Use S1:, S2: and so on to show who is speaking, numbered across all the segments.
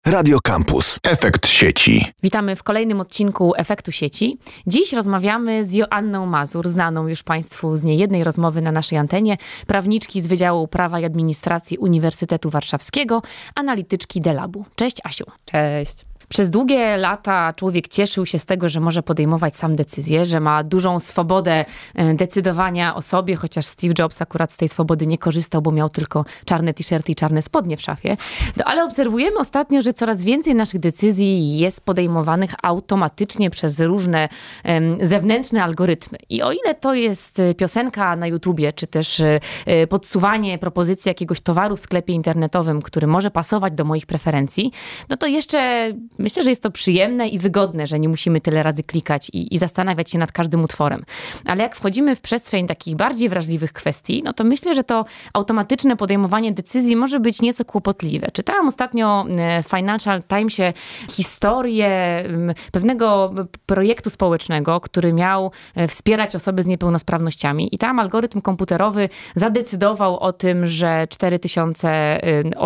S1: Radio Campus. Efekt sieci.
S2: Witamy w kolejnym odcinku Efektu sieci. Dziś rozmawiamy z Joanną Mazur, znaną już Państwu z niejednej rozmowy na naszej antenie, prawniczki z Wydziału Prawa i Administracji Uniwersytetu Warszawskiego, analityczki Delabu. Cześć, Asiu.
S3: Cześć.
S2: Przez długie lata człowiek cieszył się z tego, że może podejmować sam decyzje, że ma dużą swobodę decydowania o sobie, chociaż Steve Jobs akurat z tej swobody nie korzystał, bo miał tylko czarne t-shirty i czarne spodnie w szafie. No, ale obserwujemy ostatnio, że coraz więcej naszych decyzji jest podejmowanych automatycznie przez różne zewnętrzne algorytmy. I o ile to jest piosenka na YouTubie, czy też podsuwanie propozycji jakiegoś towaru w sklepie internetowym, który może pasować do moich preferencji, no to jeszcze myślę, że jest to przyjemne i wygodne, że nie musimy tyle razy klikać i zastanawiać się nad każdym utworem. Ale jak wchodzimy w przestrzeń takich bardziej wrażliwych kwestii, no to myślę, że to automatyczne podejmowanie decyzji może być nieco kłopotliwe. Czytałam ostatnio w Financial Timesie historię pewnego projektu społecznego, który miał wspierać osoby z niepełnosprawnościami. I tam algorytm komputerowy zadecydował o tym, że 4000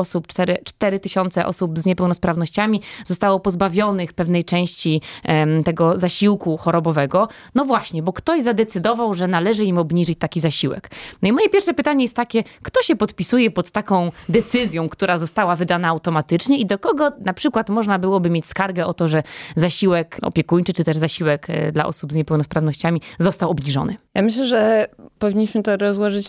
S2: osób z niepełnosprawnościami zostało pozbawionych pewnej części tego zasiłku chorobowego. No właśnie, bo ktoś zadecydował, że należy im obniżyć taki zasiłek. No i moje pierwsze pytanie jest takie, kto się podpisuje pod taką decyzją, która została wydana automatycznie i do kogo na przykład można byłoby mieć skargę o to, że zasiłek opiekuńczy, czy też zasiłek dla osób z niepełnosprawnościami został obniżony?
S3: Ja myślę, że powinniśmy to rozłożyć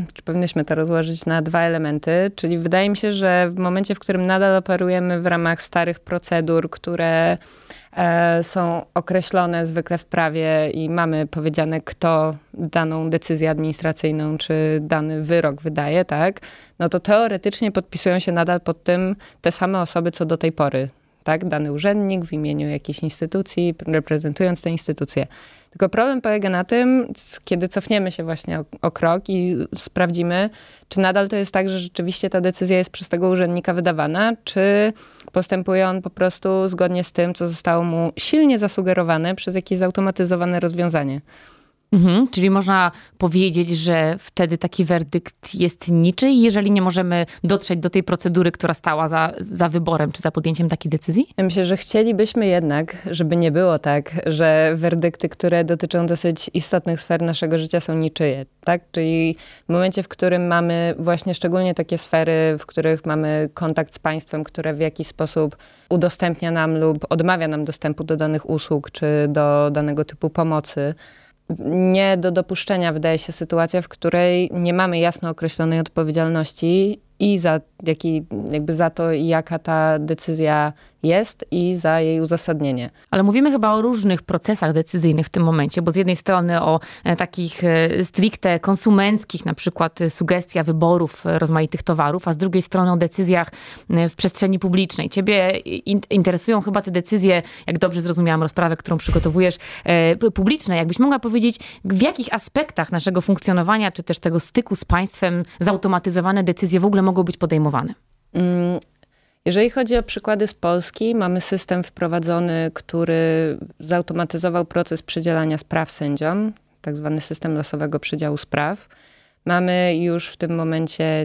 S3: na dwa elementy, czyli wydaje mi się, że w momencie, w którym nadal operujemy w ramach starych procedur, które są określone zwykle w prawie i mamy powiedziane, kto daną decyzję administracyjną czy dany wyrok wydaje, tak? No to teoretycznie podpisują się nadal pod tym te same osoby, co do tej pory. Tak? Dany urzędnik w imieniu jakiejś instytucji, reprezentując tę instytucję. Tylko problem polega na tym, kiedy cofniemy się właśnie o krok i sprawdzimy, czy nadal to jest tak, że rzeczywiście ta decyzja jest przez tego urzędnika wydawana, czy postępuje on po prostu zgodnie z tym, co zostało mu silnie zasugerowane przez jakieś zautomatyzowane rozwiązanie.
S2: Czyli można powiedzieć, że wtedy taki werdykt jest niczyj, jeżeli nie możemy dotrzeć do tej procedury, która stała za wyborem czy za podjęciem takiej decyzji?
S3: Ja myślę, że chcielibyśmy jednak, żeby nie było tak, że werdykty, które dotyczą dosyć istotnych sfer naszego życia, są niczyje. Tak? Czyli w momencie, w którym mamy właśnie szczególnie takie sfery, w których mamy kontakt z państwem, które w jakiś sposób udostępnia nam lub odmawia nam dostępu do danych usług czy do danego typu pomocy, nie do dopuszczenia wydaje się sytuacja, w której nie mamy jasno określonej odpowiedzialności i za to, jaka ta decyzja jest i za jej uzasadnienie.
S2: Ale mówimy chyba o różnych procesach decyzyjnych w tym momencie, bo z jednej strony o takich stricte konsumenckich, na przykład sugestia wyborów rozmaitych towarów, a z drugiej strony o decyzjach w przestrzeni publicznej. Ciebie interesują chyba te decyzje, jak dobrze zrozumiałam rozprawę, którą przygotowujesz, publiczne. Jakbyś mogła powiedzieć, w jakich aspektach naszego funkcjonowania, czy też tego styku z państwem zautomatyzowane decyzje w ogóle mogą być podejmowane?
S3: Jeżeli chodzi o przykłady z Polski, mamy system wprowadzony, który zautomatyzował proces przydzielania spraw sędziom, tak zwany system losowego przydziału spraw. Mamy już w tym momencie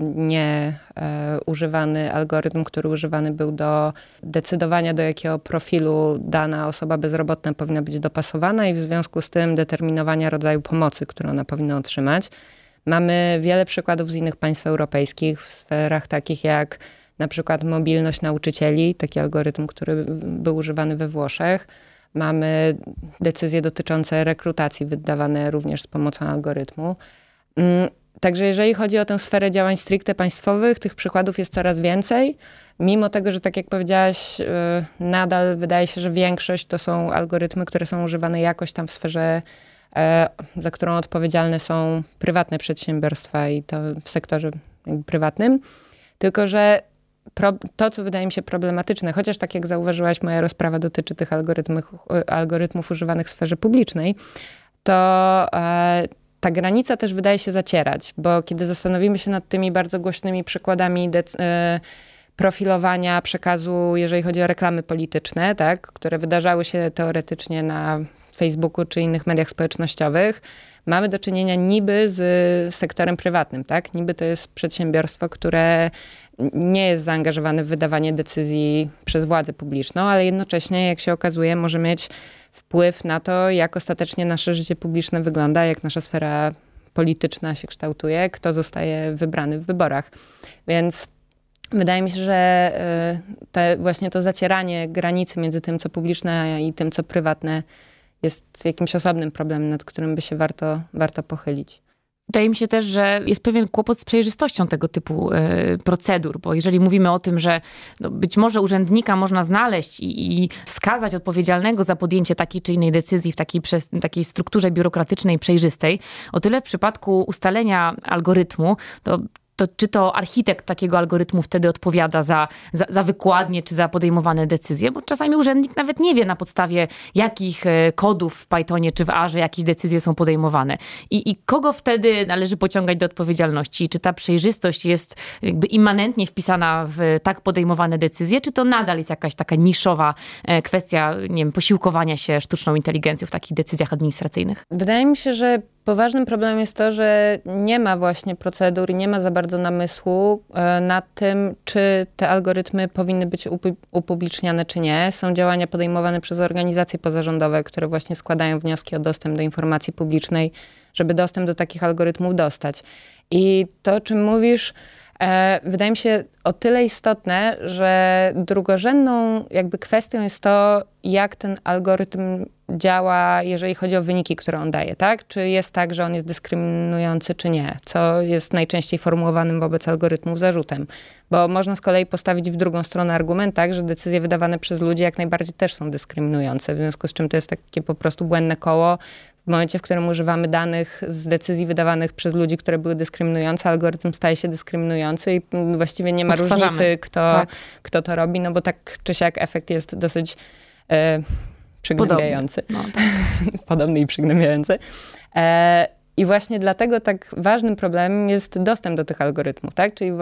S3: używany algorytm, który używany był do decydowania, do jakiego profilu dana osoba bezrobotna powinna być dopasowana i w związku z tym determinowania rodzaju pomocy, którą ona powinna otrzymać. Mamy wiele przykładów z innych państw europejskich w sferach takich jak na przykład mobilność nauczycieli, taki algorytm, który był używany we Włoszech. Mamy decyzje dotyczące rekrutacji wydawane również z pomocą algorytmu. Także jeżeli chodzi o tę sferę działań stricte państwowych, tych przykładów jest coraz więcej. Mimo tego, że tak jak powiedziałaś, nadal wydaje się, że większość to są algorytmy, które są używane jakoś tam w sferze, za którą odpowiedzialne są prywatne przedsiębiorstwa i to w sektorze prywatnym. Tylko że to, co wydaje mi się problematyczne, chociaż tak jak zauważyłaś, moja rozprawa dotyczy tych algorytmów używanych w sferze publicznej, to ta granica też wydaje się zacierać, bo kiedy zastanowimy się nad tymi bardzo głośnymi przykładami profilowania przekazu, jeżeli chodzi o reklamy polityczne, tak, które wydarzały się teoretycznie na Facebooku czy innych mediach społecznościowych, mamy do czynienia niby z sektorem prywatnym, tak? Niby to jest przedsiębiorstwo, które nie jest zaangażowany w wydawanie decyzji przez władzę publiczną, ale jednocześnie, jak się okazuje, może mieć wpływ na to, jak ostatecznie nasze życie publiczne wygląda, jak nasza sfera polityczna się kształtuje, kto zostaje wybrany w wyborach. Więc wydaje mi się, że właśnie to zacieranie granicy między tym, co publiczne i tym, co prywatne jest jakimś osobnym problemem, nad którym by się warto pochylić.
S2: Wydaje mi się też, że jest pewien kłopot z przejrzystością tego typu procedur, bo jeżeli mówimy o tym, że być może urzędnika można znaleźć i wskazać odpowiedzialnego za podjęcie takiej czy innej decyzji w takiej strukturze biurokratycznej, przejrzystej, o tyle w przypadku ustalenia algorytmu, to czy to architekt takiego algorytmu wtedy odpowiada za wykładnie czy za podejmowane decyzje, bo czasami urzędnik nawet nie wie na podstawie jakich kodów w Pythonie czy w Arze jakieś decyzje są podejmowane. I kogo wtedy należy pociągać do odpowiedzialności? Czy ta przejrzystość jest jakby immanentnie wpisana w tak podejmowane decyzje, czy to nadal jest jakaś taka niszowa kwestia, nie wiem, posiłkowania się sztuczną inteligencją w takich decyzjach administracyjnych?
S3: Wydaje mi się, że poważnym problemem jest to, że nie ma właśnie procedur i nie ma za bardzo namysłu nad tym, czy te algorytmy powinny być upubliczniane, czy nie. Są działania podejmowane przez organizacje pozarządowe, które właśnie składają wnioski o dostęp do informacji publicznej, żeby dostęp do takich algorytmów dostać. I to, o czym mówisz, wydaje mi się o tyle istotne, że drugorzędną jakby kwestią jest to, jak ten algorytm działa, jeżeli chodzi o wyniki, które on daje, tak? Czy jest tak, że on jest dyskryminujący, czy nie? Co jest najczęściej formułowanym wobec algorytmów zarzutem. Bo można z kolei postawić w drugą stronę argument, tak, że decyzje wydawane przez ludzi jak najbardziej też są dyskryminujące, w związku z czym to jest takie po prostu błędne koło. W momencie, w którym używamy danych z decyzji wydawanych przez ludzi, które były dyskryminujące, algorytm staje się dyskryminujący i właściwie nie ma różnicy, kto to robi, no bo tak czy siak efekt jest dosyć przygnębiający.
S2: Podobny. No, tak.
S3: Podobny i przygnębiający. I właśnie dlatego tak ważnym problemem jest dostęp do tych algorytmów, tak? Czyli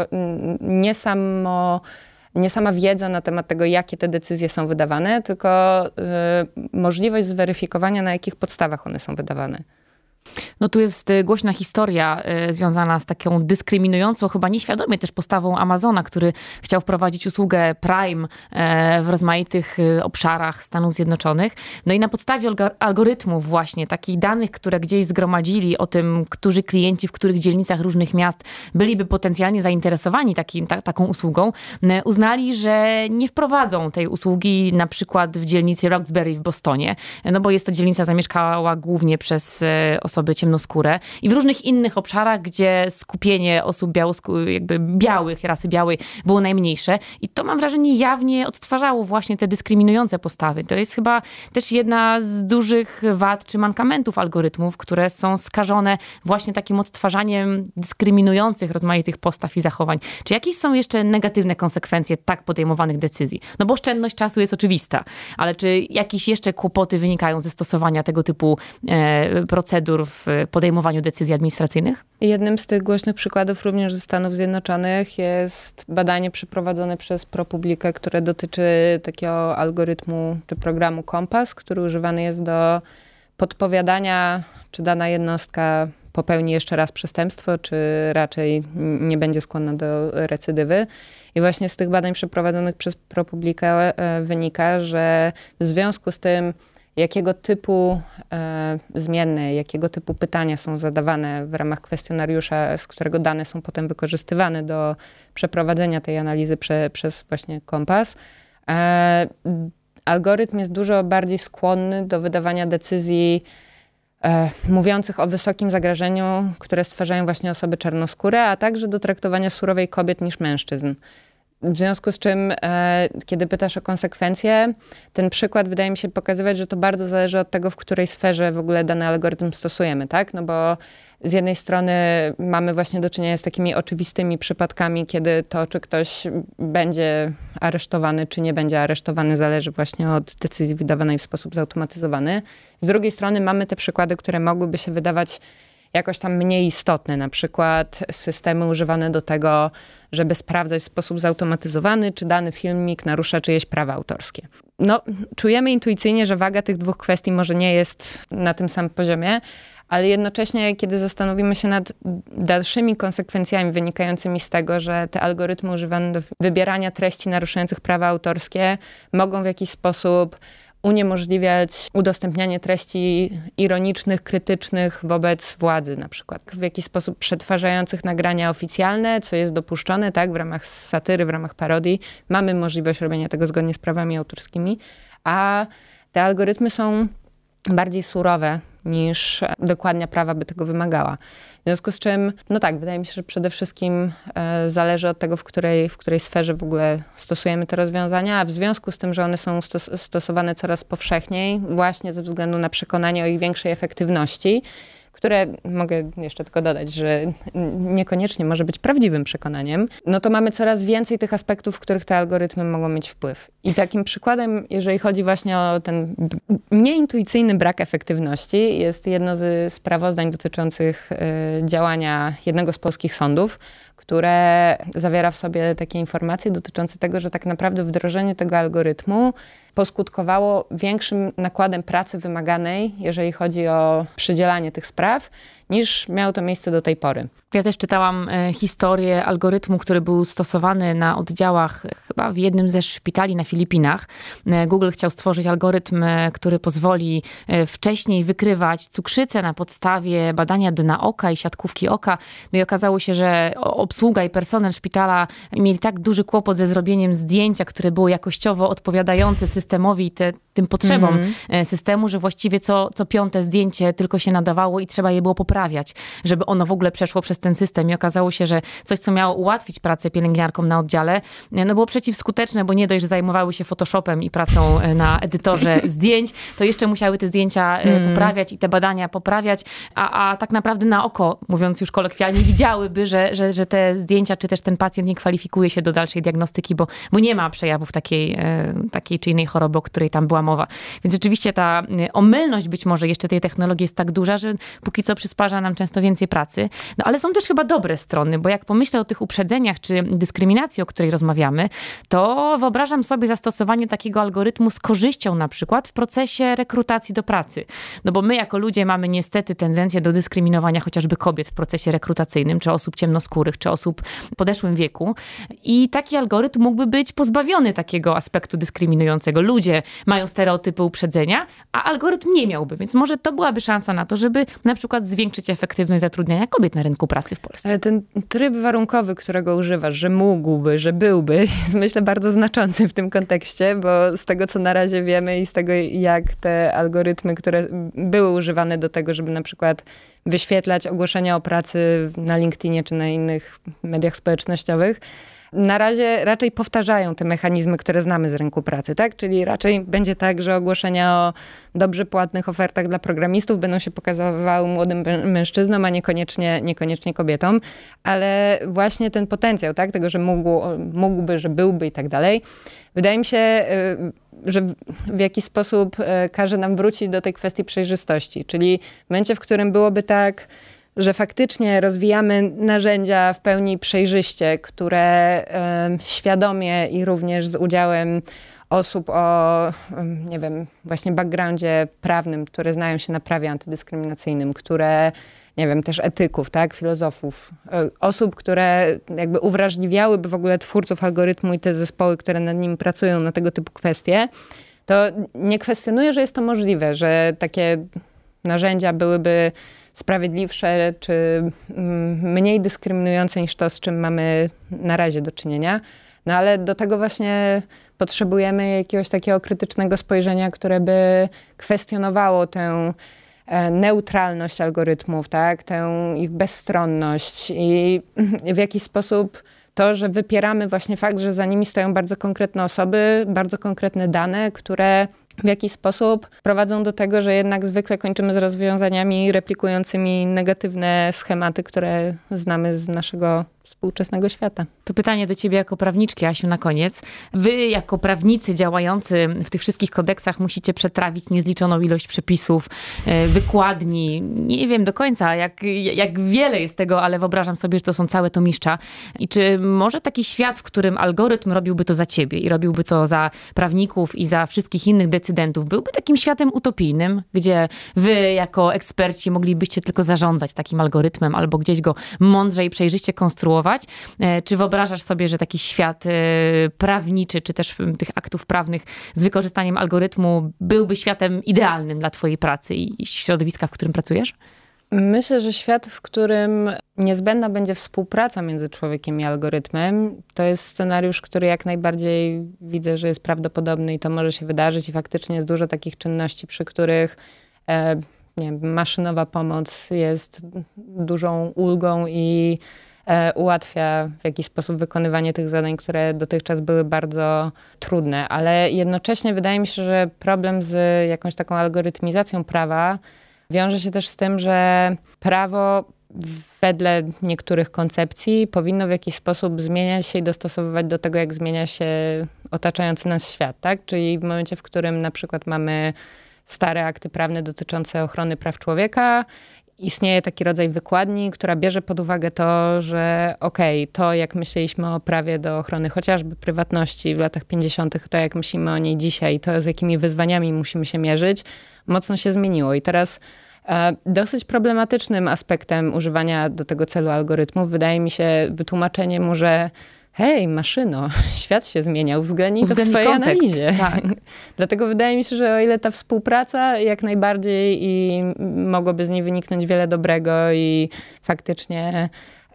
S3: nie sama wiedza na temat tego, jakie te decyzje są wydawane, tylko możliwość zweryfikowania, na jakich podstawach one są wydawane.
S2: No tu jest głośna historia związana z taką dyskryminującą, chyba nieświadomie też postawą Amazona, który chciał wprowadzić usługę Prime w rozmaitych obszarach Stanów Zjednoczonych. No i na podstawie algorytmów właśnie, takich danych, które gdzieś zgromadzili o tym, którzy klienci w których dzielnicach różnych miast byliby potencjalnie zainteresowani taką usługą, uznali, że nie wprowadzą tej usługi na przykład w dzielnicy Roxbury w Bostonie, no bo jest to dzielnica zamieszkała głównie przez osoby ciemnoskóre i w różnych innych obszarach, gdzie skupienie osób jakby białych, rasy białej było najmniejsze. I to, mam wrażenie, jawnie odtwarzało właśnie te dyskryminujące postawy. To jest chyba też jedna z dużych wad czy mankamentów algorytmów, które są skażone właśnie takim odtwarzaniem dyskryminujących rozmaitych postaw i zachowań. Czy jakieś są jeszcze negatywne konsekwencje tak podejmowanych decyzji? No bo oszczędność czasu jest oczywista, ale czy jakieś jeszcze kłopoty wynikają ze stosowania tego typu procedur w podejmowaniu decyzji administracyjnych?
S3: Jednym z tych głośnych przykładów również ze Stanów Zjednoczonych jest badanie przeprowadzone przez ProPublica, które dotyczy takiego algorytmu czy programu Kompas, który używany jest do podpowiadania, czy dana jednostka popełni jeszcze raz przestępstwo, czy raczej nie będzie skłonna do recydywy. I właśnie z tych badań przeprowadzonych przez ProPublica wynika, że w związku z tym, jakiego typu zmienne, jakiego typu pytania są zadawane w ramach kwestionariusza, z którego dane są potem wykorzystywane do przeprowadzenia tej analizy przez właśnie Kompas, algorytm jest dużo bardziej skłonny do wydawania decyzji mówiących o wysokim zagrożeniu, które stwarzają właśnie osoby czarnoskóre, a także do traktowania surowej kobiet niż mężczyzn. W związku z czym, kiedy pytasz o konsekwencje, ten przykład wydaje mi się pokazywać, że to bardzo zależy od tego, w której sferze w ogóle dany algorytm stosujemy, tak? No bo z jednej strony mamy właśnie do czynienia z takimi oczywistymi przypadkami, kiedy to, czy ktoś będzie aresztowany, czy nie będzie aresztowany, zależy właśnie od decyzji wydawanej w sposób zautomatyzowany. Z drugiej strony mamy te przykłady, które mogłyby się wydawać jakoś tam mniej istotne, na przykład systemy używane do tego, żeby sprawdzać w sposób zautomatyzowany, czy dany filmik narusza czyjeś prawa autorskie. No, czujemy intuicyjnie, że waga tych dwóch kwestii może nie jest na tym samym poziomie, ale jednocześnie, kiedy zastanowimy się nad dalszymi konsekwencjami wynikającymi z tego, że te algorytmy używane do wybierania treści naruszających prawa autorskie mogą w jakiś sposób uniemożliwiać udostępnianie treści ironicznych, krytycznych wobec władzy na przykład. W jakiś sposób przetwarzających nagrania oficjalne, co jest dopuszczone, tak, w ramach satyry, w ramach parodii. Mamy możliwość robienia tego zgodnie z prawami autorskimi, a te algorytmy są bardziej surowe niż dokładnia prawa by tego wymagała. W związku z czym, no tak, wydaje mi się, że przede wszystkim zależy od tego, w której sferze w ogóle stosujemy te rozwiązania, a w związku z tym, że one są stosowane coraz powszechniej, właśnie ze względu na przekonanie o ich większej efektywności, które, mogę jeszcze tylko dodać, że niekoniecznie może być prawdziwym przekonaniem, no to mamy coraz więcej tych aspektów, w których te algorytmy mogą mieć wpływ. I takim przykładem, jeżeli chodzi właśnie o ten nieintuicyjny brak efektywności, jest jedno z sprawozdań dotyczących działania jednego z polskich sądów, które zawiera w sobie takie informacje dotyczące tego, że tak naprawdę wdrożenie tego algorytmu poskutkowało większym nakładem pracy wymaganej, jeżeli chodzi o przydzielanie tych spraw, niż miało to miejsce do tej pory.
S2: Ja też czytałam historię algorytmu, który był stosowany na oddziałach chyba w jednym ze szpitali na Filipinach. Google chciał stworzyć algorytm, który pozwoli wcześniej wykrywać cukrzycę na podstawie badania dna oka i siatkówki oka. No i okazało się, że obsługa i personel szpitala mieli tak duży kłopot ze zrobieniem zdjęcia, które było jakościowo odpowiadające systemowi i tym potrzebom systemu, że właściwie co piąte zdjęcie tylko się nadawało i trzeba je było poprawiać, żeby ono w ogóle przeszło przez ten system. I okazało się, że coś, co miało ułatwić pracę pielęgniarkom na oddziale, no było przeciwskuteczne, bo nie dość, że zajmowały się Photoshopem i pracą na edytorze zdjęć, to jeszcze musiały te zdjęcia poprawiać i te badania poprawiać, a tak naprawdę na oko, mówiąc już kolokwialnie, widziałyby, że te zdjęcia, czy też ten pacjent nie kwalifikuje się do dalszej diagnostyki, bo nie ma przejawów takiej czy innej choroby, o której tam była mowa. Więc rzeczywiście ta omylność być może jeszcze tej technologii jest tak duża, że póki co przysparza nam często więcej pracy. No ale są też chyba dobre strony, bo jak pomyślę o tych uprzedzeniach czy dyskryminacji, o której rozmawiamy, to wyobrażam sobie zastosowanie takiego algorytmu z korzyścią na przykład w procesie rekrutacji do pracy. No bo my jako ludzie mamy niestety tendencję do dyskryminowania chociażby kobiet w procesie rekrutacyjnym, czy osób ciemnoskórych, czy osób w podeszłym wieku. I taki algorytm mógłby być pozbawiony takiego aspektu dyskryminującego. Ludzie mają stereotypy uprzedzenia, a algorytm nie miałby. Więc może to byłaby szansa na to, żeby na przykład zwiększyć efektywność zatrudniania kobiet na rynku pracy w Polsce.
S3: Ale ten tryb warunkowy, którego używasz, że mógłby, że byłby, jest myślę bardzo znaczący w tym kontekście, bo z tego, co na razie wiemy i z tego, jak te algorytmy, które były używane do tego, żeby na przykład wyświetlać ogłoszenia o pracy na LinkedInie czy na innych mediach społecznościowych, na razie raczej powtarzają te mechanizmy, które znamy z rynku pracy, tak? Czyli raczej będzie tak, że ogłoszenia o dobrze płatnych ofertach dla programistów będą się pokazywały młodym mężczyznom, a niekoniecznie kobietom. Ale właśnie ten potencjał, tak? Tego, że mógłby, że byłby i tak dalej. Wydaje mi się, że w jakiś sposób każe nam wrócić do tej kwestii przejrzystości. Czyli w momencie, w którym byłoby tak, że faktycznie rozwijamy narzędzia w pełni przejrzyście, które świadomie i również z udziałem osób o, nie wiem, właśnie backgroundzie prawnym, które znają się na prawie antydyskryminacyjnym, które, nie wiem, też etyków, tak, filozofów, osób, które jakby uwrażliwiałyby w ogóle twórców algorytmu i te zespoły, które nad nim pracują na tego typu kwestie, to nie kwestionuję, że jest to możliwe, że takie narzędzia byłyby sprawiedliwsze czy mniej dyskryminujące niż to, z czym mamy na razie do czynienia. No ale do tego właśnie potrzebujemy jakiegoś takiego krytycznego spojrzenia, które by kwestionowało tę neutralność algorytmów, tak? Tę ich bezstronność i w jakiś sposób to, że wypieramy właśnie fakt, że za nimi stoją bardzo konkretne osoby, bardzo konkretne dane, które w jakiś sposób prowadzą do tego, że jednak zwykle kończymy z rozwiązaniami replikującymi negatywne schematy, które znamy z naszego współczesnego świata.
S2: To pytanie do ciebie jako prawniczki, Asiu, na koniec. Wy jako prawnicy działający w tych wszystkich kodeksach musicie przetrawić niezliczoną ilość przepisów, wykładni. Nie wiem do końca, jak wiele jest tego, ale wyobrażam sobie, że to są całe tomiszcza. I czy może taki świat, w którym algorytm robiłby to za ciebie i robiłby to za prawników i za wszystkich innych decydentów, byłby takim światem utopijnym, gdzie wy jako eksperci moglibyście tylko zarządzać takim algorytmem albo gdzieś go mądrze i przejrzyście konstruować? Czy wyobrażasz sobie, że taki świat prawniczy, czy też tych aktów prawnych z wykorzystaniem algorytmu byłby światem idealnym dla twojej pracy i środowiska, w którym pracujesz?
S3: Myślę, że świat, w którym niezbędna będzie współpraca między człowiekiem i algorytmem, to jest scenariusz, który jak najbardziej widzę, że jest prawdopodobny i to może się wydarzyć. I faktycznie jest dużo takich czynności, przy których nie wiem, maszynowa pomoc jest dużą ulgą i ułatwia w jakiś sposób wykonywanie tych zadań, które dotychczas były bardzo trudne. Ale jednocześnie wydaje mi się, że problem z jakąś taką algorytmizacją prawa wiąże się też z tym, że prawo wedle niektórych koncepcji powinno w jakiś sposób zmieniać się i dostosowywać do tego, jak zmienia się otaczający nas świat, tak? Czyli w momencie, w którym na przykład mamy stare akty prawne dotyczące ochrony praw człowieka, istnieje taki rodzaj wykładni, która bierze pod uwagę to, że to jak myśleliśmy o prawie do ochrony chociażby prywatności w latach 50., to jak myślimy o niej dzisiaj, to z jakimi wyzwaniami musimy się mierzyć, mocno się zmieniło. I teraz dosyć problematycznym aspektem używania do tego celu algorytmów wydaje mi się wytłumaczenie mu, że hej, maszyno, świat się zmieniał, uwzględnij to w swojej analizie. Tak. Dlatego wydaje mi się, że o ile ta współpraca jak najbardziej i mogłoby z niej wyniknąć wiele dobrego i faktycznie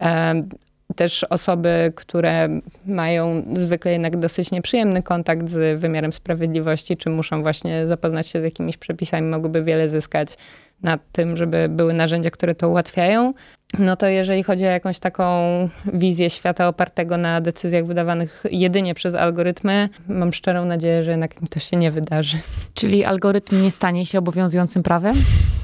S3: też osoby, które mają zwykle jednak dosyć nieprzyjemny kontakt z wymiarem sprawiedliwości, czy muszą właśnie zapoznać się z jakimiś przepisami, mogłyby wiele zyskać na tym, żeby były narzędzia, które to ułatwiają. No to jeżeli chodzi o jakąś taką wizję świata opartego na decyzjach wydawanych jedynie przez algorytmy, mam szczerą nadzieję, że jednak to się nie wydarzy.
S2: Czyli algorytm nie stanie się obowiązującym prawem?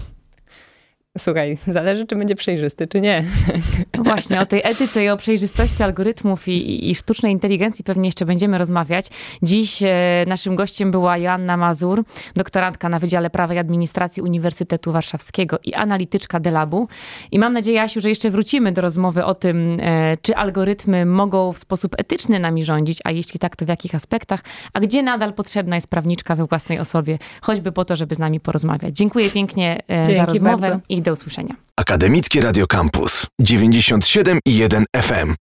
S3: Słuchaj, zależy, czy będzie przejrzysty, czy nie.
S2: No właśnie, o tej etyce i o przejrzystości algorytmów i sztucznej inteligencji pewnie jeszcze będziemy rozmawiać. Dziś naszym gościem była Joanna Mazur, doktorantka na Wydziale Prawa i Administracji Uniwersytetu Warszawskiego i analityczka Delabu. I mam nadzieję, Asiu, że jeszcze wrócimy do rozmowy o tym, czy algorytmy mogą w sposób etyczny nami rządzić, a jeśli tak, to w jakich aspektach, a gdzie nadal potrzebna jest prawniczka we własnej osobie, choćby po to, żeby z nami porozmawiać. Dziękuję pięknie za rozmowę.
S3: Bardzo.
S2: I do usłyszenia.
S1: Akademickie Radio Campus 97,1 FM.